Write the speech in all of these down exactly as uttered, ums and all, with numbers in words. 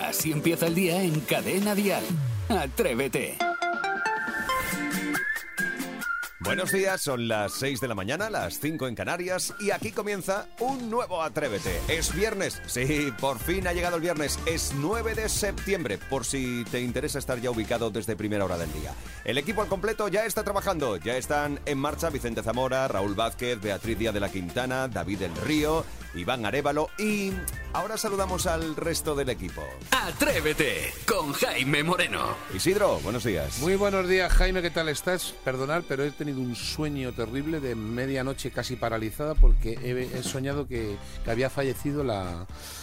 Así empieza el día en Cadena Dial. Atrévete. Buenos días, son las seis de la mañana, las cinco en Canarias, y aquí comienza un nuevo Atrévete. Es viernes, sí, por fin ha llegado el viernes, es nueve de septiembre, por si te interesa estar ya ubicado desde primera hora del día. El equipo al completo ya está trabajando, ya están en marcha Vicente Zamora, Raúl Vázquez, Beatriz Díaz de la Quintana, David del Río, Iván Arévalo y ahora saludamos al resto del equipo. Atrévete con Jaime Moreno. Isidro, buenos días. Muy buenos días, Jaime, ¿qué tal estás? Perdonad, pero he tenido un sueño terrible de medianoche casi paralizada porque he, he soñado que, que había fallecido la...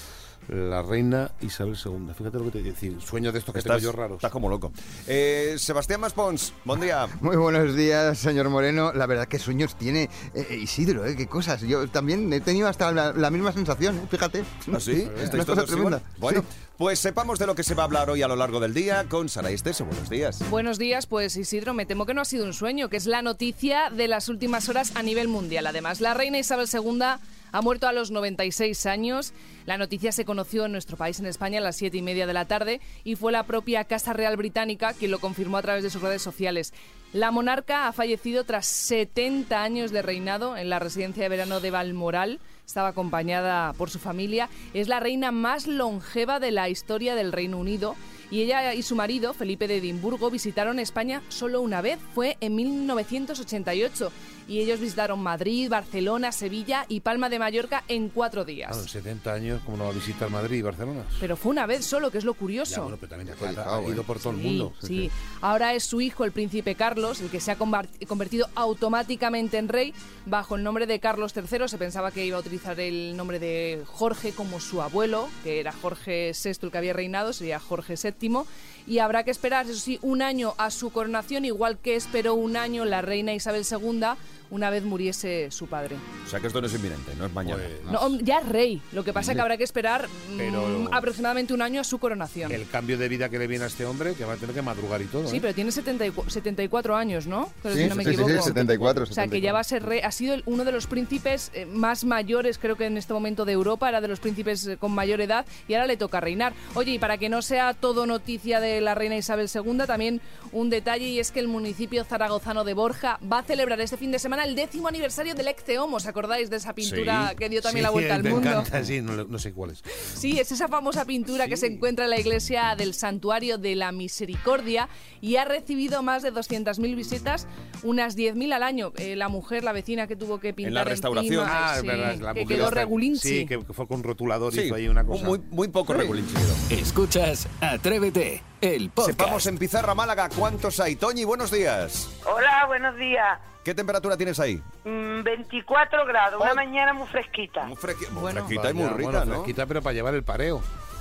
la reina Isabel segunda. Fíjate lo que te voy a decir. Sueños de estos que Estás, tengo yo raros. Estás como loco. Eh, Sebastián Maspons, buen día. Muy buenos días, señor Moreno. La verdad, qué sueños tiene eh, Isidro, ¿eh? Qué cosas. Yo también he tenido hasta la, la misma sensación, ¿eh? Fíjate. ¿Ah, sí? ¿Estáis todos igual? Bueno, sí. Pues sepamos de lo que se va a hablar hoy a lo largo del día con Sara Esteso. Buenos días. Buenos días, pues Isidro, me temo que no ha sido un sueño, que es la noticia de las últimas horas a nivel mundial. Además, la reina Isabel segunda ha muerto a los noventa y seis años. La noticia se conoció en nuestro país, en España, a las siete y media de la tarde y fue la propia Casa Real Británica quien lo confirmó a través de sus redes sociales. La monarca ha fallecido tras setenta años de reinado en la residencia de verano de Balmoral. Estaba acompañada por su familia. Es la reina más longeva de la historia del Reino Unido. Y ella y su marido, Felipe de Edimburgo, visitaron España solo una vez. Fue en mil novecientos ochenta y ocho. Y ellos visitaron Madrid, Barcelona, Sevilla y Palma de Mallorca en cuatro días. Claro, en setenta años, ¿cómo no va a visitar Madrid y Barcelona? Pero fue una vez solo, que es lo curioso. Ya, bueno, pero también ha, ha ido por todo sí, el mundo. Sí, sí. Ahora es su hijo, el príncipe Carlos, el que se ha convertido automáticamente en rey bajo el nombre de Carlos tercero. Se pensaba que iba a utilizar el nombre de Jorge como su abuelo, que era Jorge sexto el que había reinado, sería Jorge séptimo. Y habrá que esperar, eso sí, un año a su coronación, igual que esperó un año la reina Isabel segunda una vez muriese su padre. O sea que esto no es inminente, no es mañana. Pues, no, ya es rey. Lo que pasa es que habrá que esperar pero mmm, aproximadamente un año a su coronación. El cambio de vida que le viene a este hombre, que va a tener que madrugar y todo. Sí, ¿eh? pero tiene setenta y cuatro años, ¿no? Pero sí, si no me sí, equivoco. sí, sí, setenta y cuatro. O sea, que ya va a ser rey. Ha sido el, uno de los príncipes eh, más mayores, creo que en este momento, de Europa. Era de los príncipes eh, con mayor edad y ahora le toca reinar. Oye, y para que no sea todo noticia de la reina Isabel segunda, también un detalle, y es que el municipio zaragozano de Borja va a celebrar este fin de semana el décimo aniversario del Ecce Homo. ¿Os acordáis de esa pintura sí, que dio también sí, la vuelta al me mundo? Encanta, sí, no, no sé cuál es. Sí, es esa famosa pintura sí. que se encuentra en la iglesia del Santuario de la Misericordia y ha recibido más de doscientas mil visitas, unas diez mil al año. Eh, la mujer, la vecina que tuvo que pintar en la restauración. Encima, ah, sí, es verdad, la que mujer quedó está, regulinchi. Sí, que fue con rotulador y sí, hizo ahí una cosa. Muy, muy poco sí. regulinchi. Escuchas Atrévete, el podcast. Sepamos en Pizarra, Málaga, ¿cuántos hay? Toñi, buenos días. Hola, buenos días. ¿Qué temperatura tienes ahí? Mm, veinticuatro grados, una oh. mañana muy fresquita. Muy, fresqui muy bueno, fresquita vaya, y muy rica, bueno, ¿no? Fresquita, pero para llevar el pareo.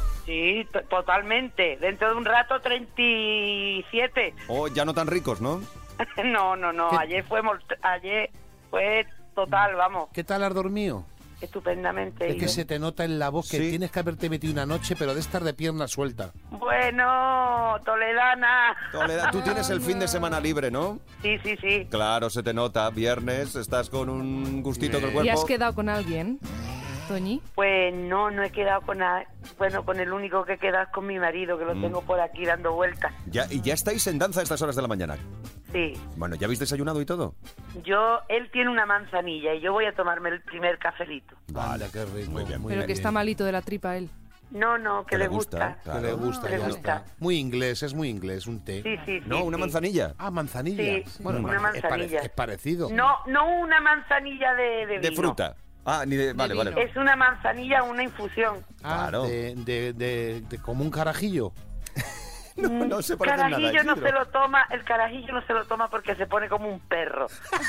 Sí, t- totalmente. Dentro de un rato, treinta y siete. Oh, ya no tan ricos, ¿no? no, no, no. ¿Qué? Ayer fue ayer fue total, vamos. ¿Qué tal has dormido? Estupendamente. Es que se te nota en la voz que sí. tienes que haberte metido una noche, pero de estar de pierna suelta. Bueno, toledana. Toledana, tú tienes el fin de semana libre, ¿no? Sí, sí, sí. Claro, se te nota. Viernes, estás con un gustito del cuerpo. ¿Y has quedado con alguien, Toñi? Pues no, no he quedado con nada. Bueno, con el único que he quedado es con mi marido, que lo mm. tengo por aquí dando vueltas. Ya, ¿Y ya estáis en danza a estas horas de la mañana? Sí. Bueno, ¿ya habéis desayunado y todo? Yo, él tiene una manzanilla y yo voy a tomarme el primer cafelito. Vale, qué rico. Muy bien, muy Pero bien. que está malito de la tripa él. No, no, que, que le le gusta. gusta. Claro. Que le gusta, que le ya gusta. está. Muy inglés, es muy inglés, un té. Sí, sí, sí. No, una sí. manzanilla. Ah, manzanilla. Sí, bueno, una es, manzanilla. pare- es parecido. No, no una manzanilla de, de, De vino. fruta. Ah, ni de... Vale, de vale. vino. Es una manzanilla, una infusión. Ah, Claro. de, de, de, de como un carajillo. No, no se parece Carajillo nada, no Isidro. se lo toma, el carajillo no se lo toma porque se pone como un perro.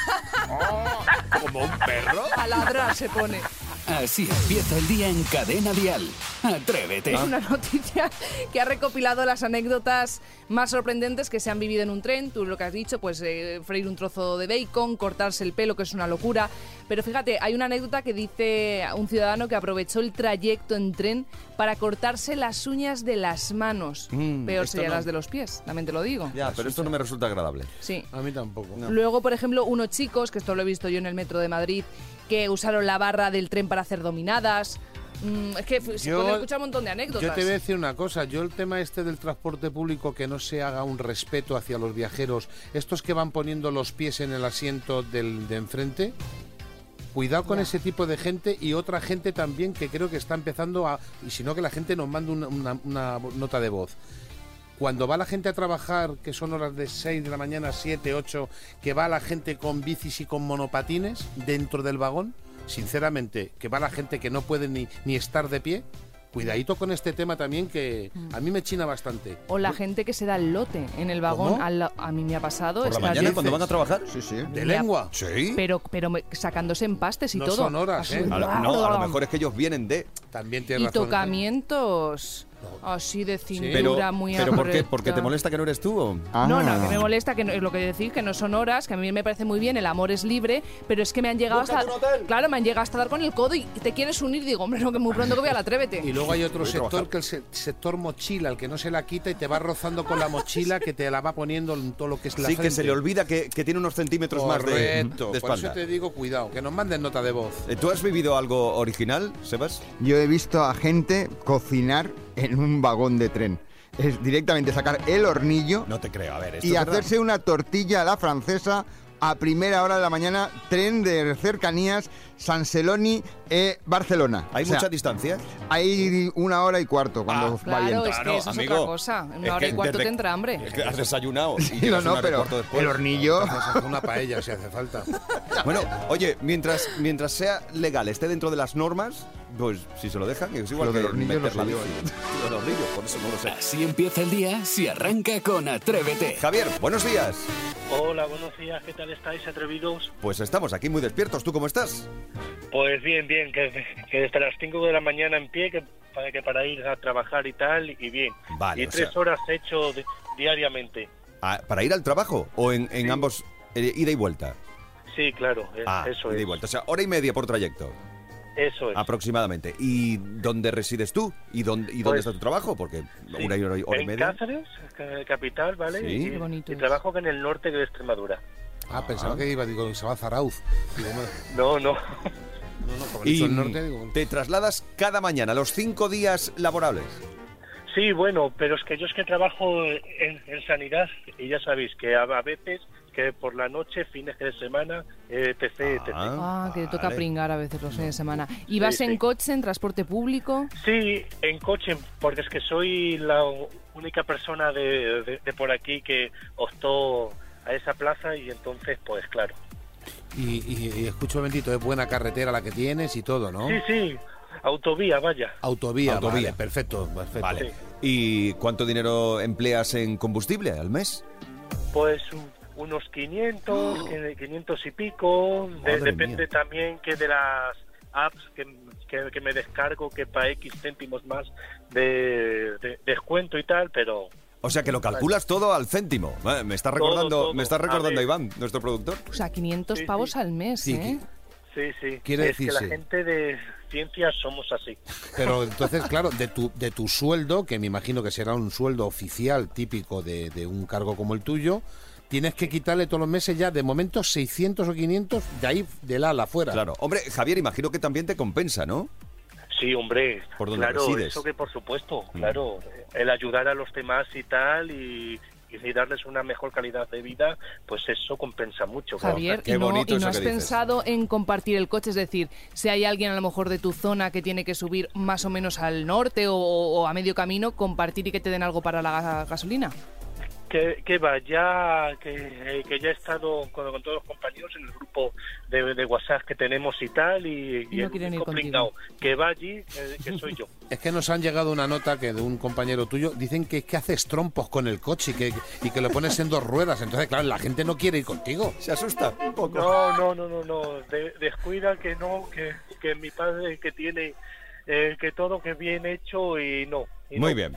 Oh, ¿como un perro? A ladrar se pone. Así empieza el día en Cadena Dial. Atrévete. Es una noticia que ha recopilado las anécdotas más sorprendentes que se han vivido en un tren. Tú lo que has dicho, pues eh, freír un trozo de bacon, cortarse el pelo, que es una locura. Pero fíjate, hay una anécdota que dice un ciudadano que aprovechó el trayecto en tren para cortarse las uñas de las manos. Mm, Peor esto serían no. las de los pies, también te lo digo. Ya, pero esto no me resulta agradable. Sí. A mí tampoco. No. Luego, por ejemplo, unos chicos, que esto lo he visto yo en el metro de Madrid, que usaron la barra del tren para hacer dominadas. Mm, es que se Yo- pueden escuchar un montón de anécdotas. Yo te voy a decir una cosa, yo el tema este del transporte público, que no se haga un respeto hacia los viajeros, estos que van poniendo los pies en el asiento del de enfrente, cuidado con Ya. ese tipo de gente y otra gente también que creo que está empezando a... Y si no, que la gente nos mande una, una- una nota de voz. Cuando va la gente a trabajar, que son horas de seis de la mañana, siete, ocho, que va la gente con bicis y con monopatines dentro del vagón, sinceramente, que va la gente que no puede ni, ni estar de pie, cuidadito con este tema también, que a mí me china bastante. O la gente que se da el lote en el vagón. ¿Cómo? al la- a mí me ha pasado. ¿Por la estar- mañana cuando van a trabajar? Sí, sí. ¿De lengua? Sí. Pero, pero me- sacándose empastes y No todo. son horas, Así, ¿eh? A lo- no, a lo mejor es que ellos vienen de... También tiene Y razón. tocamientos así de cintura Pero, muy pero ¿por qué? apretada. ¿Porque te molesta que no eres tú? o? Ah. No, no, que me molesta, que no, es lo que decir, que no son horas, que a mí me parece muy bien, el amor es libre, pero es que me han llegado hasta... Claro, me han llegado hasta dar con el codo y te quieres unir, digo, hombre, no, que muy pronto que voy al Atrévete. Y luego hay otro Voy a sector, trabajar. que es el se- sector mochila, el que no se la quita y te va rozando con la mochila que te la va poniendo en todo lo que es la Sí, frente. que se le olvida que, que tiene unos centímetros más de, Correcto, de por eso espalda. te digo, cuidado, que nos manden nota de voz. Eh, ¿Tú has vivido algo original, Sebas? Yo he visto a gente cocinar en un vagón de tren. Es directamente sacar el hornillo No te creo, a ver, esto y es verdad. hacerse una tortilla a la francesa a primera hora de la mañana, tren de cercanías, San Celoni, eh, Barcelona. ¿Hay O sea, mucha distancia? hay una hora y cuarto cuando Ah, va Claro, viento. es que Claro, eso amigo. es otra cosa. En Es una hora que y cuarto desde- te entra hambre. Es que has desayunado y Sí, no, llegas no, una hora y pero cuarto después. el hornillo... Vamos a hacer una paella si hace falta. Bueno, oye, mientras, mientras sea legal, esté dentro de las normas, pues si se lo dejan, es igual Lo que del hornillo meter no la sé yo, bici. Lo del hornillo, por eso no lo sé. Así empieza el día si arranca con Atrévete. Javier, buenos días. Hola, buenos días, ¿qué tal estáis, atrevidos? Pues estamos aquí muy despiertos. ¿Tú cómo estás? Pues bien, bien, que, que desde las cinco de la mañana en pie, que para, que para ir a trabajar y tal, y bien. Vale, y o tres sea- horas hecho di- diariamente. Ah, ¿para ir al trabajo o en, en Sí. ambos, eh, ida y vuelta? Sí, claro, eh, Ah, eso ida y es. vuelta. O sea, hora y media por trayecto, Eso es. aproximadamente. ¿Y dónde resides tú? ¿Y dónde, y dónde Pues, está tu trabajo? Porque Sí, una hora, y- hora y en media... Cáceres, ca- capital, ¿vale? Sí. Y, Qué bonito y es. trabajo en el norte de Extremadura. Ah, pensaba que iba, digo, se va a Zarauz. Digo, bueno, No, no. no, no, como he Y dicho el norte, digo, te trasladas cada mañana, los cinco días laborables. Sí, bueno, pero es que yo es que trabajo en, en sanidad y ya sabéis que a, a veces que por la noche, fines de semana, eh, etc, etcétera. Ah, que te toca vale. pringar a veces los fines de semana. ¿Y vas Sí, en sí. coche, en transporte público? Sí, en coche, porque es que soy la única persona de, de- de por aquí que optó a esa plaza y entonces, pues claro. Y, y, y escucho, bendito, es buena carretera la que tienes y todo, ¿no? Sí, sí, autovía, vaya. Autovía, Autovía. vale, perfecto, perfecto. Vale. Sí. ¿Y cuánto dinero empleas en combustible al mes? Pues un- unos quinientos, que- quinientos y pico, de- Madre depende mía. también que de las apps que, que, que me descargo, que para X céntimos más de, de descuento y tal, pero... O sea que lo calculas todo al céntimo. Eh, Me está recordando, todo. me está A recordando ver. Iván, nuestro productor. O sea, quinientos Sí, pavos sí. al mes, Sí, ¿eh? Sí, sí. Quiere es que decirse- la gente de ciencias somos así. Pero entonces, claro, de tu, de tu sueldo, que me imagino que será un sueldo oficial típico de, de un cargo como el tuyo, tienes que quitarle todos los meses ya, de momento, seiscientos o quinientos de ahí, del ala afuera. Claro. Hombre, Javier, imagino que también te compensa, ¿no? Sí, hombre, Por donde claro, resides. eso que por supuesto, Mm. claro, el ayudar a los demás y tal y, y darles una mejor calidad de vida, pues eso compensa mucho. claro. Javier, Qué ¿y no, bonito y no eso has que dices. pensado en compartir el coche? Es decir, si hay alguien a lo mejor de tu zona que tiene que subir más o menos al norte o, o a medio camino, compartir y que te den algo para la ga- gasolina. Que, que va, ya que, que ya he estado con, con todos los compañeros en el grupo de, de WhatsApp que tenemos y tal y, Y no el quieren ir único contigo. pringao que va allí, eh, que soy yo. Es que nos han llegado una nota que de un compañero tuyo dicen que es que haces trompos con el coche y que, y que lo pones en dos ruedas. Entonces, claro, la gente no quiere ir contigo. Se asusta un poco. No, no, no, no, no. De- descuida que no, que, que mi padre que tiene eh, que todo que bien hecho y no. y Muy no. bien.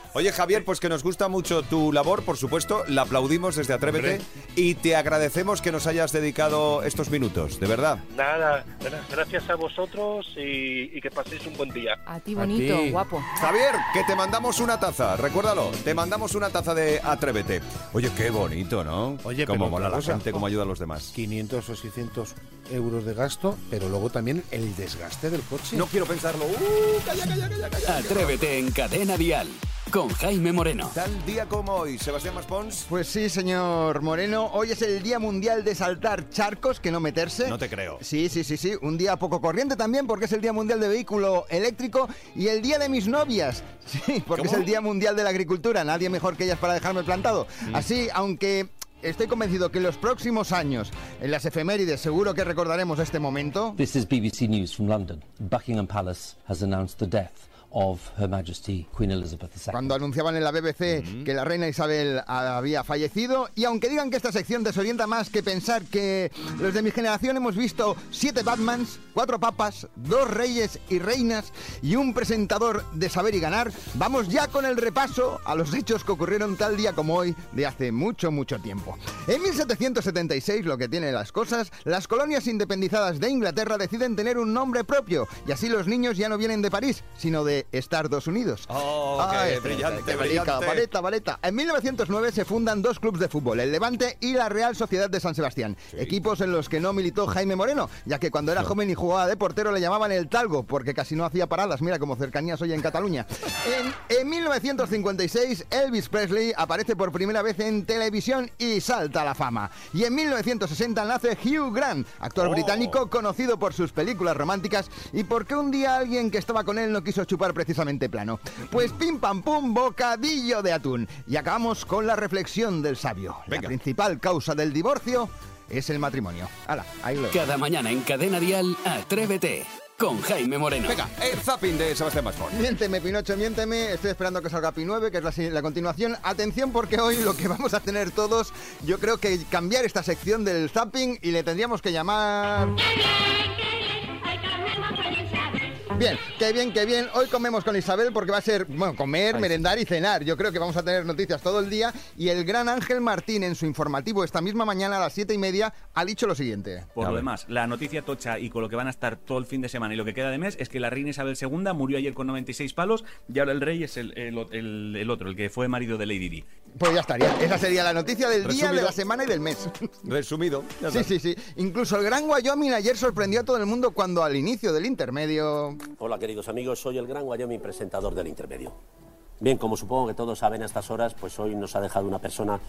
Oye, Javier, pues que nos gusta mucho tu labor, por supuesto, la aplaudimos desde Atrévete. Hombre. Y te agradecemos que nos hayas dedicado estos minutos, de verdad. Nada, gracias a vosotros y, y que paséis un buen día. A ti, bonito, a ti. Guapo. Javier, que te mandamos una taza, recuérdalo, te mandamos una taza de Atrévete. Oye, qué bonito, ¿no? Oye, cómo mola la cosa, gente, cómo ayuda a los demás. quinientos o seiscientos euros de gasto, pero luego también el desgaste del coche. No quiero pensarlo. Uh, calla, calla, calla, calla. Atrévete en Cadena Dial con Jaime Moreno. Tal día como hoy, Sebastián Maspons. Pues sí, señor Moreno. Hoy es el Día Mundial de saltar charcos, que no meterse. No te creo. Sí, sí, sí, sí. Un día poco corriente también, porque es el Día Mundial de Vehículo Eléctrico y el Día de mis novias. Sí, porque ¿Cómo? es el Día Mundial de la Agricultura. Nadie mejor que ellas para dejarme plantado. Mm. Así, aunque... estoy convencido que en los próximos años, en las efemérides, seguro que recordaremos este momento. This is B B C News from London. Buckingham Palace has announced the death of Her Majesty Queen Elizabeth the Second. Cuando anunciaban en la B B C uh-huh. que la reina Isabel había fallecido, y aunque digan que esta sección desorienta más que pensar que los de mi generación hemos visto siete Batmans, cuatro papas, dos reyes y reinas y un presentador de saber y ganar, vamos ya con el repaso a los hechos que ocurrieron tal día como hoy de hace mucho, mucho tiempo. En mil setecientos setenta y seis, lo que tiene las cosas, las colonias independizadas de Inglaterra deciden tener un nombre propio, y así los niños ya no vienen de París, sino de Estados Unidos. Oh, Ay, qué brillante, qué brillante. Vareta, vareta. En mil novecientos nueve se fundan dos clubes de fútbol, el Levante y la Real Sociedad de San Sebastián. Sí. Equipos en los que no militó Jaime Moreno, ya que cuando era no. joven y jugaba de portero le llamaban el Talgo, porque casi no hacía paradas, mira como cercanías hoy en Cataluña. En, en mil novecientos cincuenta y seis, Elvis Presley aparece por primera vez en televisión y salta a la fama. Y en mil novecientos sesenta nace Hugh Grant, actor oh. británico conocido por sus películas románticas y porque un día alguien que estaba con él no quiso chupar precisamente plano. Pues pim pam pum, bocadillo de atún. Y acabamos con la reflexión del sabio. Venga. La principal causa del divorcio es el matrimonio. Hala, ahí lo Cada mañana en Cadena Dial, Atrévete con Jaime Moreno. Venga, el zapping de Sebastián Maspons. Miénteme, Pinocho, miénteme. Estoy esperando que salga Pi nueve, que es la, la continuación. Atención, porque hoy lo que vamos a tener todos, yo creo que cambiar esta sección del zapping y le tendríamos que llamar... Bien, qué bien, qué bien. Hoy comemos con Isabel porque va a ser, bueno, comer, Ay, merendar y cenar. Yo creo que vamos a tener noticias todo el día. Y el gran Ángel Martín, en su informativo esta misma mañana a las siete y media, ha dicho lo siguiente. Por lo demás, la noticia tocha y con lo que van a estar todo el fin de semana y lo que queda de mes es que la reina Isabel segunda murió ayer con noventa y seis palos y ahora el rey es el, el, el, el otro, el que fue marido de Lady Di. Pues ya estaría. Esa sería la noticia del Resumido. Día, de la semana y del mes. Resumido. Sí, sí, sí. Incluso el gran Wyoming ayer sorprendió a todo el mundo cuando al inicio del intermedio... Hola, queridos amigos, soy el gran Wyoming, presentador del intermedio. Bien, como supongo que todos saben a estas horas, pues hoy nos ha dejado una persona,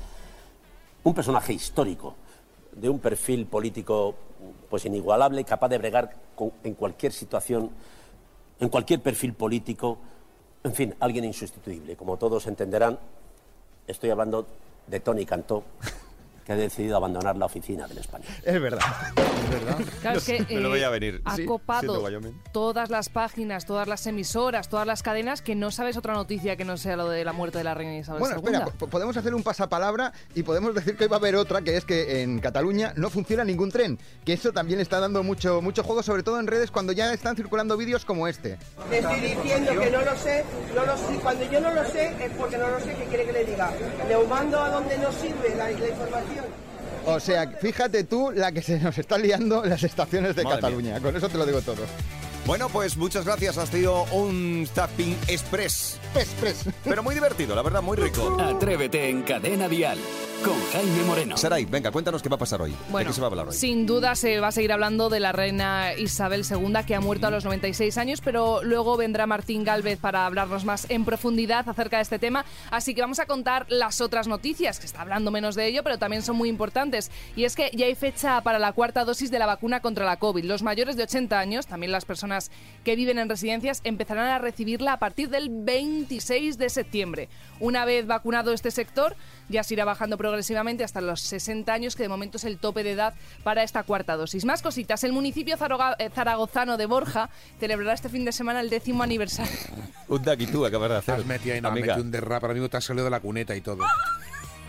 un personaje histórico, de un perfil político pues inigualable, capaz de bregar con, en cualquier situación, en cualquier perfil político, en fin, alguien insustituible. Como todos entenderán, estoy hablando de Tony Cantó, que ha decidido abandonar la oficina del Español. Es verdad, es verdad. Claro, es que eh, me lo voy a venir. ha ¿Sí? copado todas las páginas, todas las emisoras, todas las cadenas, que no sabes otra noticia que no sea lo de la muerte de la reina Isabel bueno, segunda. Bueno, espera, podemos hacer un pasapalabra y podemos decir que hoy va a haber otra, que es que en Cataluña no funciona ningún tren, que eso también está dando mucho, mucho juego, sobre todo en redes, cuando ya están circulando vídeos como este. Le estoy diciendo que no lo sé, no lo sé. Cuando yo no lo sé es porque no lo sé, ¿qué quiere que le diga? Le mando a donde no sirve la, la información. O sea, fíjate tú la que se nos está liando las estaciones de Madre Cataluña. Mía. Con eso te lo digo todo. Bueno, pues muchas gracias. Has tenido un zapping express. Express. Pero muy divertido, la verdad, muy rico. Atrévete en Cadena Dial con Jaime Moreno. Saray, venga, cuéntanos qué va a pasar hoy. Bueno, ¿de qué se va a hablar hoy? Sin duda se va a seguir hablando de la reina Isabel segunda, que ha muerto a los noventa y seis años, pero luego vendrá Martín Gálvez para hablarnos más en profundidad acerca de este tema. Así que vamos a contar las otras noticias, que está hablando menos de ello, pero también son muy importantes. Y es que ya hay fecha para la cuarta dosis de la vacuna contra la COVID. Los mayores de ochenta años, también las personas que viven en residencias, empezarán a recibirla a partir del veintiséis de septiembre. Una vez vacunado este sector, ya se irá bajando progresivamente hasta los sesenta años, que de momento es el tope de edad para esta cuarta dosis. Más cositas. El municipio zaroga, eh, zaragozano de Borja celebrará este fin de semana el décimo aniversario. Un daquitú acabas de hacer. Has metido ahí, no, has metido un derrap, para mí te has salido de la cuneta y todo.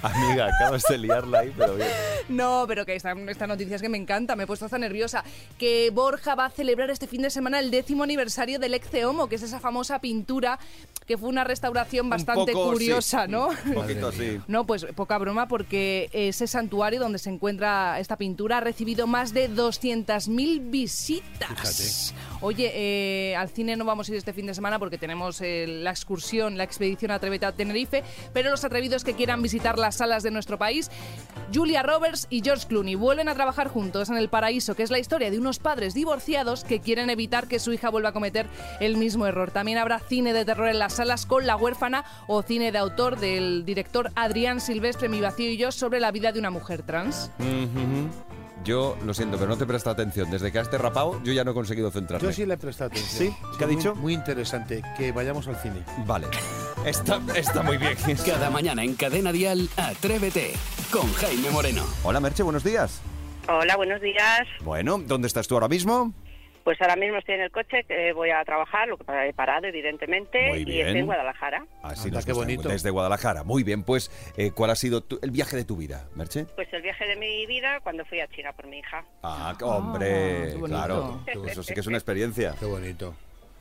Amiga, acabas de liarla ahí, pero bien. No, pero que esta, esta noticia es que me encanta, me he puesto hasta nerviosa. Que Borja va a celebrar este fin de semana el décimo aniversario del Ecce Homo, que es esa famosa pintura que fue una restauración bastante poco, curiosa, sí. ¿no? Un poquito así. No, pues poca broma, porque ese santuario donde se encuentra esta pintura ha recibido más de doscientas mil visitas. Fíjate. Oye, eh, al cine no vamos a ir este fin de semana porque tenemos eh, la excursión, la expedición Atrévete a Tenerife, pero los atrevidos que quieran visitar las salas de nuestro país, Julia Roberts y George Clooney vuelven a trabajar juntos en El Paraíso, que es la historia de unos padres divorciados que quieren evitar que su hija vuelva a cometer el mismo error. También habrá cine de terror en las salas con La huérfana o cine de autor del director Adrián Silvestre, Mi vacío y yo, sobre la vida de una mujer trans. Mm-hmm. Yo lo siento, pero no te presta atención. Desde que has derrapado, yo ya no he conseguido centrarme. Yo sí le he prestado atención. ¿Sí? ¿Qué ha muy, dicho? Muy interesante, que vayamos al cine. Vale. Está, está muy bien. Cada mañana en Cadena Dial, Atrévete con Jaime Moreno. Hola, Merche, buenos días. Hola, buenos días. Bueno, ¿dónde estás tú ahora mismo? Pues ahora mismo estoy en el coche, que voy a trabajar, lo que he parado, evidentemente, Muy y bien. estoy en Guadalajara. Así Anda, nos qué gusta, bonito. Desde Guadalajara. Muy bien, pues, eh, ¿cuál ha sido tu- el viaje de tu vida, Merche? Pues el viaje de mi vida cuando fui a China por mi hija. Ah, hombre, qué bonito. claro. Eso sí que es una experiencia. Qué bonito.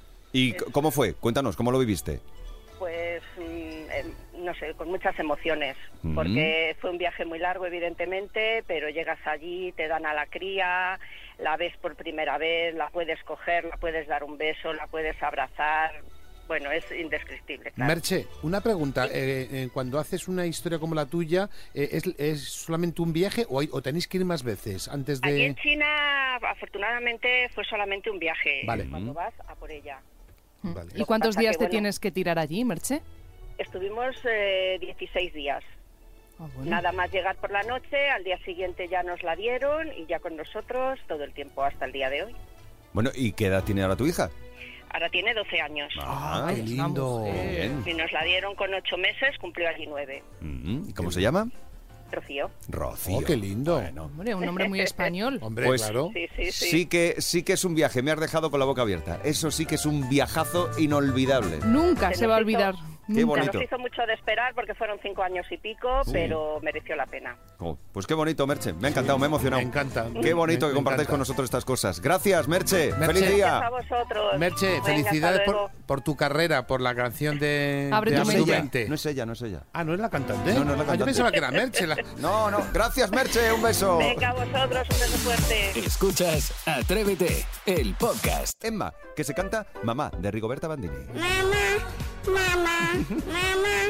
¿Y c- cómo fue? Cuéntanos, ¿cómo lo viviste? Pues, mm, eh, no sé, con muchas emociones, Mm. porque fue un viaje muy largo, evidentemente, pero llegas allí, te dan a la cría, la ves por primera vez, la puedes coger, la puedes dar un beso, la puedes abrazar. Bueno, es indescriptible, claro. Merche, una pregunta. Eh, eh, cuando haces una historia como la tuya, eh, ¿es, ¿es solamente un viaje o, hay, o tenéis que ir más veces antes de...? Aquí en China, afortunadamente, fue solamente un viaje. Vale. Cuando vas a por ella. Vale. ¿Y cuántos pasa días que, te bueno, tienes que tirar allí, Merche? Estuvimos eh, dieciséis días. Ah, bueno. Nada más llegar por la noche, al día siguiente ya nos la dieron y ya con nosotros todo el tiempo hasta el día de hoy. Bueno, ¿y qué edad tiene ahora tu hija? Ahora tiene doce años. Ah, qué lindo. bien. Y nos la dieron con ocho meses, cumplió allí nueve. Mm, ¿y ¿Cómo se llama? Rocío. Rocío. Oh, qué lindo. Bueno, Hombre, un nombre muy español. Hombre, Pues- claro. Sí, sí, sí. sí que, sí que es un viaje, me has dejado con la boca abierta. Eso sí que es un viajazo inolvidable. Nunca Se se va a nos hizo- olvidar. Qué Nunca. bonito. Nos hizo mucho de esperar porque fueron cinco años y pico, Sí. pero mereció la pena. Oh, pues qué bonito, Merche. Me ha encantado, me ha emocionado. Me encanta. Qué bonito Me- que me compartáis encanta. con nosotros estas cosas. Gracias, Merche. Merche. Feliz día. Gracias a vosotros. Merche, Venga, felicidades hasta por, luego. por tu carrera, por la canción de, Abre de tu Abre mente. mente. No es ella, no es ella. Ah, ¿no es la cantante? No, no es la Ah, cantante. yo pensaba que era Merche. la- No, no. Gracias, Merche. Un beso. Venga, a vosotros, un beso fuerte. Escuchas Atrévete, el podcast. Emma, que se canta Mamá, de Rigoberta Bandini. Mamá, mamá, mamá,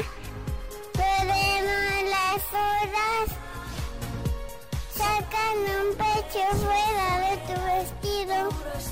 podemos las horas. Sacan un pecho fuera de tu vestido.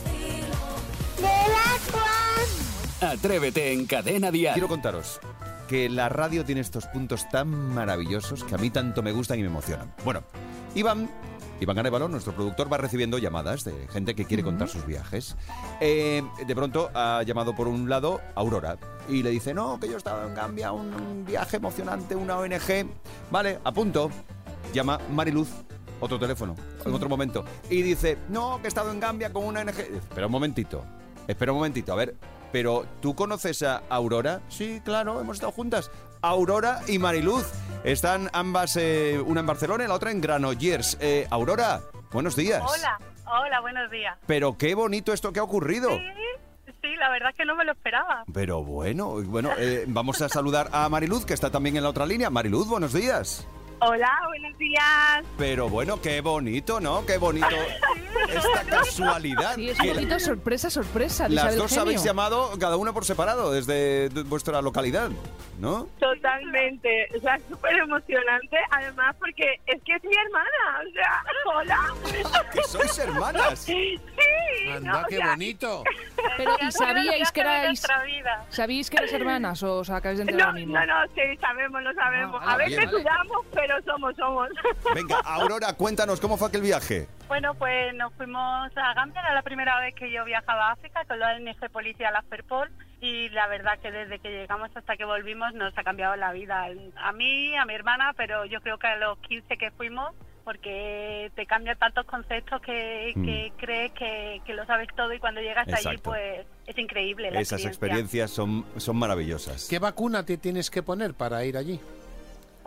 Del agua. Atrévete en Cadena Dial. Quiero contaros que la radio tiene estos puntos tan maravillosos que a mí tanto me gustan y me emocionan. Bueno, Iván, Iván Arévalo, nuestro productor, va recibiendo llamadas de gente que quiere contar sus viajes. Eh, de pronto ha llamado por un lado a Aurora y le dice, no, que yo estaba en Gambia, un, un viaje emocionante, una O N G. Vale, a punto. Llama Mariluz, otro teléfono, en otro momento. Y dice, no, que he estado en Gambia con una O N G. Espera un momentito, espera un momentito, a ver... Pero, ¿tú conoces a Aurora? Sí, claro, hemos estado juntas. Aurora y Mariluz. Están ambas, eh, una en Barcelona y la otra en Granollers. Eh, Aurora, buenos días. Hola, hola, buenos días. Pero qué bonito esto que ha ocurrido. Sí, sí, la verdad es que no me lo esperaba. Pero bueno, bueno, eh, vamos a saludar a Mariluz, que está también en la otra línea. Mariluz, buenos días. Hola, buenos días. Pero bueno, qué bonito, ¿no? Qué bonito esta casualidad. Sí, es que un poquito sorpresa, sorpresa. de las Isabel dos Genio. habéis llamado cada una por separado desde de- vuestra localidad, ¿no? Totalmente, o sea, súper emocionante, además porque es que es mi hermana, o sea, hola. ¡Que sois hermanas! Sí, Anda, no, o qué sea, bonito. Pero, ya ¿y sabemos sabíais lo que hace de erais, nuestra vida. sabíais que erais hermanas o os acabáis de enterar No, ahora mismo? no, no, sí, sabemos, lo sabemos. Ah, A veces bien. dudamos, pero somos, somos. Venga, Aurora, cuéntanos, ¿cómo fue aquel viaje? Bueno, pues nos fuimos a Gambia, era la primera vez que yo viajaba a África con la O N G Policía, la Ferpol, y la verdad que desde que llegamos hasta que volvimos nos ha cambiado la vida. A mí, a mi hermana, pero yo creo que a los quince que fuimos, porque te cambian tantos conceptos que, Mm. que crees que, que lo sabes todo y cuando llegas allí, Exacto. pues es increíble la Esas experiencia. experiencias son, son maravillosas. ¿Qué vacuna te tienes que poner para ir allí?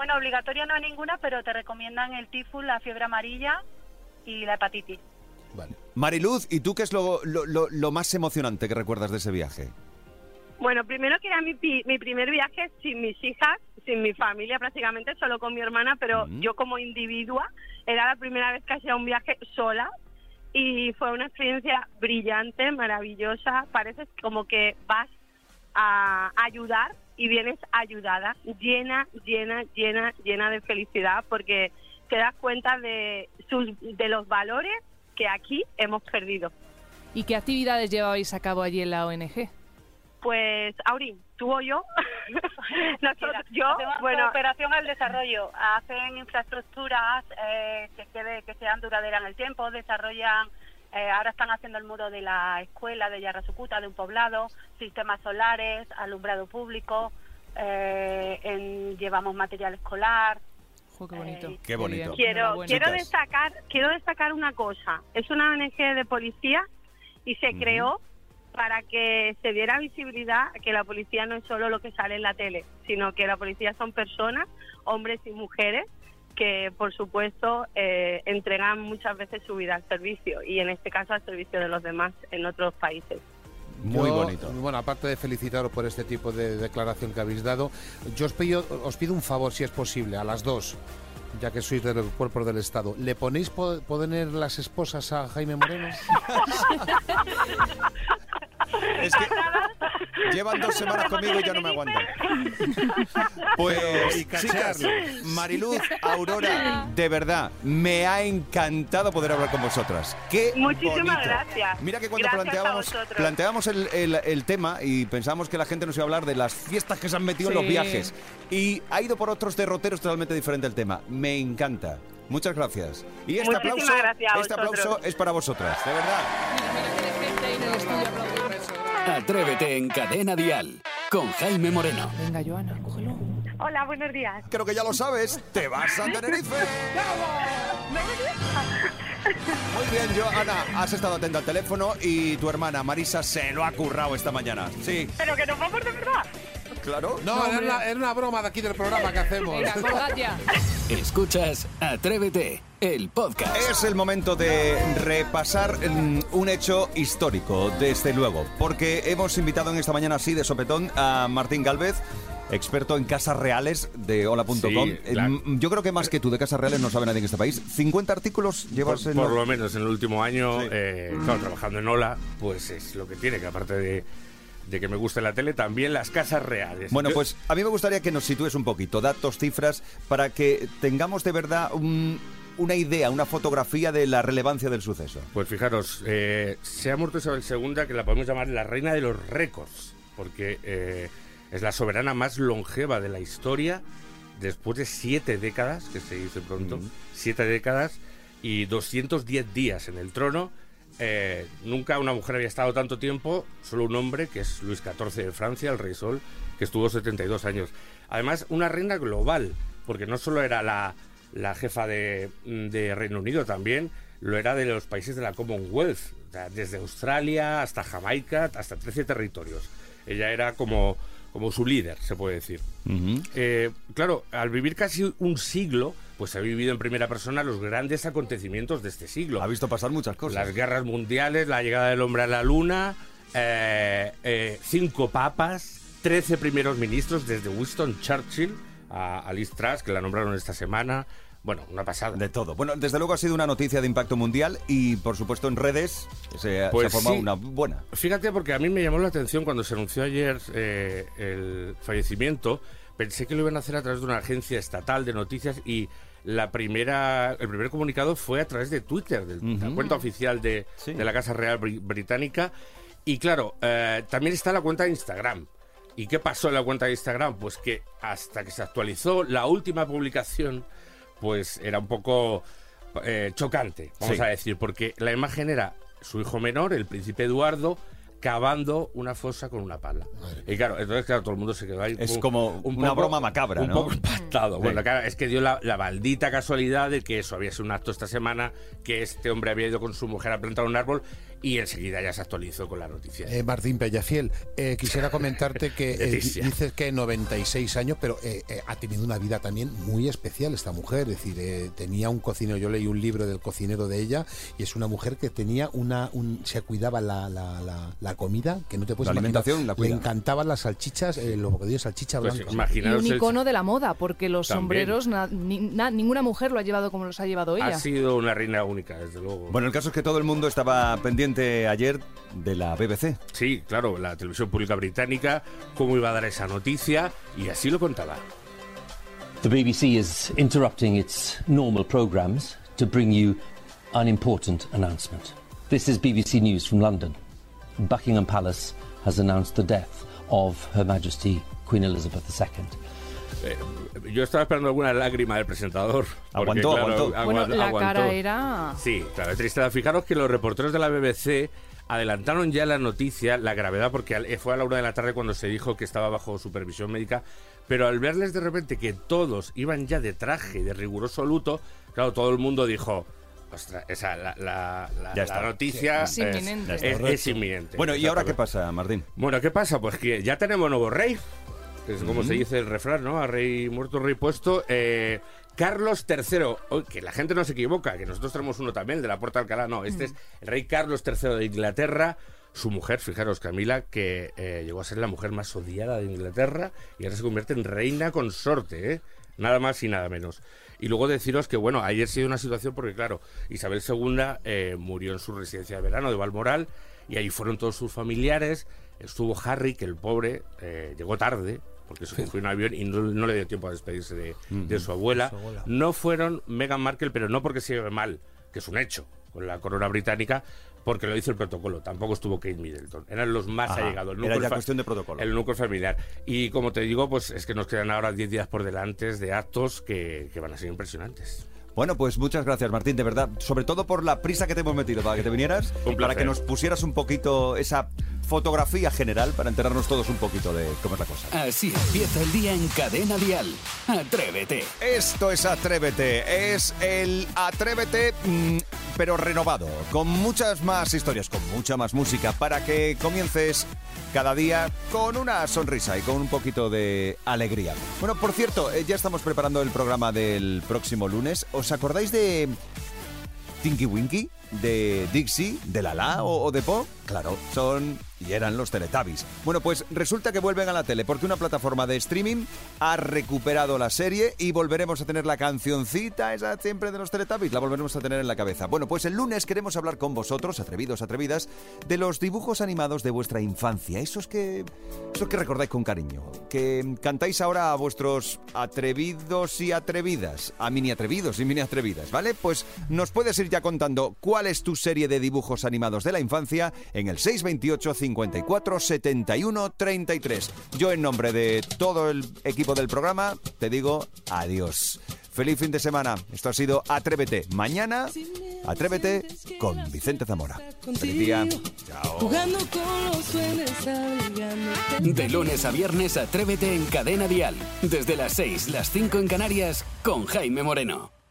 Bueno, obligatoria no es ninguna, pero te recomiendan el tifus, la fiebre amarilla y la hepatitis. Vale. Mariluz, ¿y tú qué es lo, lo, lo, lo más emocionante que recuerdas de ese viaje? Bueno, primero que era mi, pi- mi primer viaje sin mis hijas, sin mi familia prácticamente, solo con mi hermana, pero Mm. yo como individua era la primera vez que hacía un viaje sola y fue una experiencia brillante, maravillosa. Parece como que vas a ayudar y vienes ayudada, llena, llena, llena, llena de felicidad, porque te das cuenta de, sus, de los valores que aquí hemos perdido. ¿Y qué actividades llevabais a cabo allí en la O N G? Pues, Aurín, tú o yo, nosotros, yo, Hacemos bueno, cooperación al desarrollo, hacen infraestructuras eh, que, quede, que sean duraderas en el tiempo, desarrollan, eh, ahora están haciendo el muro de la escuela de Yarrasucuta, de un poblado, sistemas solares, alumbrado público, eh, en, llevamos material escolar. Jo, qué bonito. Eh, Qué bonito. quiero, Enhorabuena. quiero Chicas. destacar, quiero destacar una cosa. Es una O N G de policía y se Ujú. creó para que se diera visibilidad a que la policía no es solo lo que sale en la tele, sino que la policía son personas, hombres y mujeres, que por supuesto eh, entregan muchas veces su vida al servicio y en este caso al servicio de los demás en otros países. Muy Yo, bonito. Bueno, aparte de felicitaros por este tipo de declaración que habéis dado, yo os pido, os pido un favor, si es posible, a las dos, ya que sois de los cuerpos del Estado. ¿Le ponéis po- poner las esposas a Jaime Moreno? Es que llevan dos semanas conmigo y ya no me aguantan. Pues, Y chicas, cachearlo. Mariluz, Aurora, de verdad, me ha encantado poder hablar con vosotras. Qué Muchísimas bonito. gracias. Mira que cuando Gracias a planteábamos, vosotros. planteábamos el, el- el tema y pensábamos que la gente nos iba a hablar de las fiestas que se han metido en los Sí. viajes. Y ha ido por otros derroteros totalmente diferente el tema. Me encanta. Muchas gracias. Y este Muchísimas aplauso, gracias a este vosotros. aplauso es para vosotras, de verdad. Atrévete en Cadena Dial con Jaime Moreno. Venga, Joana, cógelo. Hola, buenos días. Creo que ya lo sabes, te vas a Tenerife. Muy bien, Joana, has estado atenta al teléfono y tu hermana Marisa se lo ha currado esta mañana. Sí, Pero que nos vamos de verdad. claro. No, era una, era una broma de aquí del programa que hacemos. Venga, colgad ya. Escuchas Atrévete, el podcast. Es el momento de repasar mm, un hecho histórico, desde luego, porque hemos invitado en esta mañana así de sopetón a Martín Gálvez, experto en casas reales de hola punto com. Sí, claro. Eh, Yo creo que más que tú de casas reales no sabe nadie en este país. ¿cincuenta artículos llevas Por, en por lo menos en el último año, Sí. eh, claro, trabajando en Ola, pues es lo que tiene, que aparte de, de que me guste la tele, también las casas reales. Bueno, Yo- pues a mí me gustaría que nos sitúes un poquito, datos, cifras, para que tengamos de verdad un- una idea, una fotografía de la relevancia del suceso. Pues fijaros, eh, se ha muerto Isabel segunda, que la podemos llamar la reina de los récords, porque eh, es la soberana más longeva de la historia, después de siete décadas, que se dice pronto, Ujú. siete décadas y doscientos diez días en el trono. Eh, nunca una mujer había estado tanto tiempo, solo un hombre, que es Luis catorce de Francia, el rey Sol, que estuvo setenta y dos años. Además, una reina global, porque no solo era la, la jefa de, de Reino Unido, también lo era de los países de la Commonwealth, o sea, desde Australia hasta Jamaica, hasta trece territorios. Ella era como, como su líder, se puede decir. Eh, claro, al vivir casi un siglo, pues ha vivido en primera persona los grandes acontecimientos de este siglo. Ha visto pasar muchas cosas. Las guerras mundiales, la llegada del hombre a la luna, eh, eh, cinco papas, trece primeros ministros, desde Winston Churchill a, a Liz Truss, que la nombraron esta semana. Bueno, una pasada. De todo. Bueno, desde luego ha sido una noticia de impacto mundial y, por supuesto, en redes se, Pues se ha formado sí. una buena. Fíjate, porque a mí me llamó la atención cuando se anunció ayer eh, el fallecimiento. Pensé que lo iban a hacer a través de una agencia estatal de noticias y la primera, el primer comunicado fue a través de Twitter, de la Ujú. cuenta oficial de, Sí. de la Casa Real Bri- Británica. Y claro, eh, también está la cuenta de Instagram. ¿Y qué pasó en la cuenta de Instagram? Pues que hasta que se actualizó la última publicación, pues era un poco eh, chocante, vamos Sí. a decir, porque la imagen era su hijo menor, el príncipe Eduardo, cavando una fosa con una pala. Y claro, entonces claro, todo el mundo se quedó ahí. Es un- como un una poco- broma macabra, un ¿no? poco impactado. Sí. Bueno, claro, es que dio la, la maldita casualidad de que eso había sido un acto esta semana, que este hombre había ido con su mujer a plantar un árbol y enseguida ya se actualizó con la noticia. Eh, Martín Pellafiel, eh, quisiera comentarte que eh, Leticia. dices que noventa y seis años, pero eh, eh, ha tenido una vida también muy especial esta mujer. Es decir, eh, tenía un cocinero, yo leí un libro del cocinero de ella, y es una mujer que tenía una, un, se cuidaba la, la, la, la comida, que no te puedes la imaginar. alimentación la Le cuida. encantaban las salchichas, eh, los bocadillos de salchicha Pues blancos. imaginaros Y un el- icono de la moda, porque los También. sombreros, na- ni- na- ninguna mujer lo ha llevado como los ha llevado ella. Ha sido una reina única, desde luego. Bueno, el caso es que todo el mundo estaba pendiente ayer de la B B C. Sí, claro, la televisión pública británica, cómo iba a dar esa noticia, y así lo contaba. The B B C is interrupting its normal programmes to bring you an important announcement. This is B B C News from London. Buckingham Palace has announced the death of Her Majesty Queen Elizabeth the Second. Eh, yo estaba esperando alguna lágrima del presentador. porque, Aguantó, claro, aguantó. agua- Bueno, la aguantó. cara era... Sí, claro, es triste. Fijaros que los reporteros de la B B C adelantaron ya la noticia, la gravedad, porque al- fue a la una de la tarde cuando se dijo que estaba bajo supervisión médica, pero al verles de repente que todos iban ya de traje, de riguroso luto, claro, todo el mundo dijo... Ostras, esa, la, la, la, Ya la está. noticia Es inminente. es, es inminente. Bueno, ¿y ahora qué Exactamente. pasa, Martín? Bueno, ¿qué pasa? Pues que ya tenemos nuevo rey, que es como se dice el refrán, ¿no? A rey muerto, rey puesto. Eh, Carlos tercero, oh, que la gente no se equivoca, que nosotros tenemos uno también, el de la Puerta de Alcalá, no, este es el rey Carlos tercero de Inglaterra. Su mujer, fijaros, Camila, que eh, llegó a ser la mujer más odiada de Inglaterra y ahora se convierte en reina consorte, ¿eh? Nada más y nada menos. Y luego deciros que, bueno, ayer ha sido una situación porque, claro, Isabel segunda eh, murió en su residencia de verano de Balmoral y ahí fueron todos sus familiares. Estuvo Harry, que el pobre eh, llegó tarde, porque se cogió un avión y no, no le dio tiempo a despedirse de, de su abuela. Su abuela. No fueron Meghan Markle, pero no porque se lleve mal, que es un hecho, con la corona británica, porque lo hizo el protocolo. Tampoco estuvo Kate Middleton. Eran los más Ajá, allegados. El era núcleo ya fa- cuestión de protocolo. El núcleo familiar. Y como te digo, pues es que nos quedan ahora diez días por delante de actos que, que van a ser impresionantes. Bueno, pues muchas gracias, Martín, de verdad. Sobre todo por la prisa que te hemos metido para que te vinieras, Un para placer. que nos pusieras un poquito esa fotografía general, para enterarnos todos un poquito de cómo es la cosa. Así empieza el día en Cadena Dial. Atrévete. Esto es Atrévete, es el Atrévete, mm, pero renovado, con muchas más historias, con mucha más música, para que comiences cada día con una sonrisa y con un poquito de alegría. Bueno, por cierto, eh, ya estamos preparando el programa del próximo lunes. ¿Os acordáis de Tinky Winky? ¿De Dixie? ¿De Lala o, o de Po? Claro, son y eran los Teletubbies. Bueno, pues resulta que vuelven a la tele porque una plataforma de streaming ha recuperado la serie y volveremos a tener la cancioncita esa siempre de los Teletubbies, la volveremos a tener en la cabeza. Bueno, pues el lunes queremos hablar con vosotros, atrevidos, atrevidas, de los dibujos animados de vuestra infancia, esos que, esos que recordáis con cariño, que cantáis ahora a vuestros atrevidos y atrevidas, a mini atrevidos y mini atrevidas, ¿vale? Pues nos puedes ir ya contando cuál es tu serie de dibujos animados de la infancia en el seis veintiocho, cincuenta y cuatro, setenta y uno, treinta y tres. Yo en nombre de todo el equipo del programa te digo adiós. Feliz fin de semana. Esto ha sido Atrévete. Mañana, Atrévete con Vicente Zamora. Feliz día. Chao. Jugando con los sueños, abrigándote. De lunes a viernes, Atrévete en Cadena Dial. Desde las seis, las cinco en Canarias, con Jaime Moreno.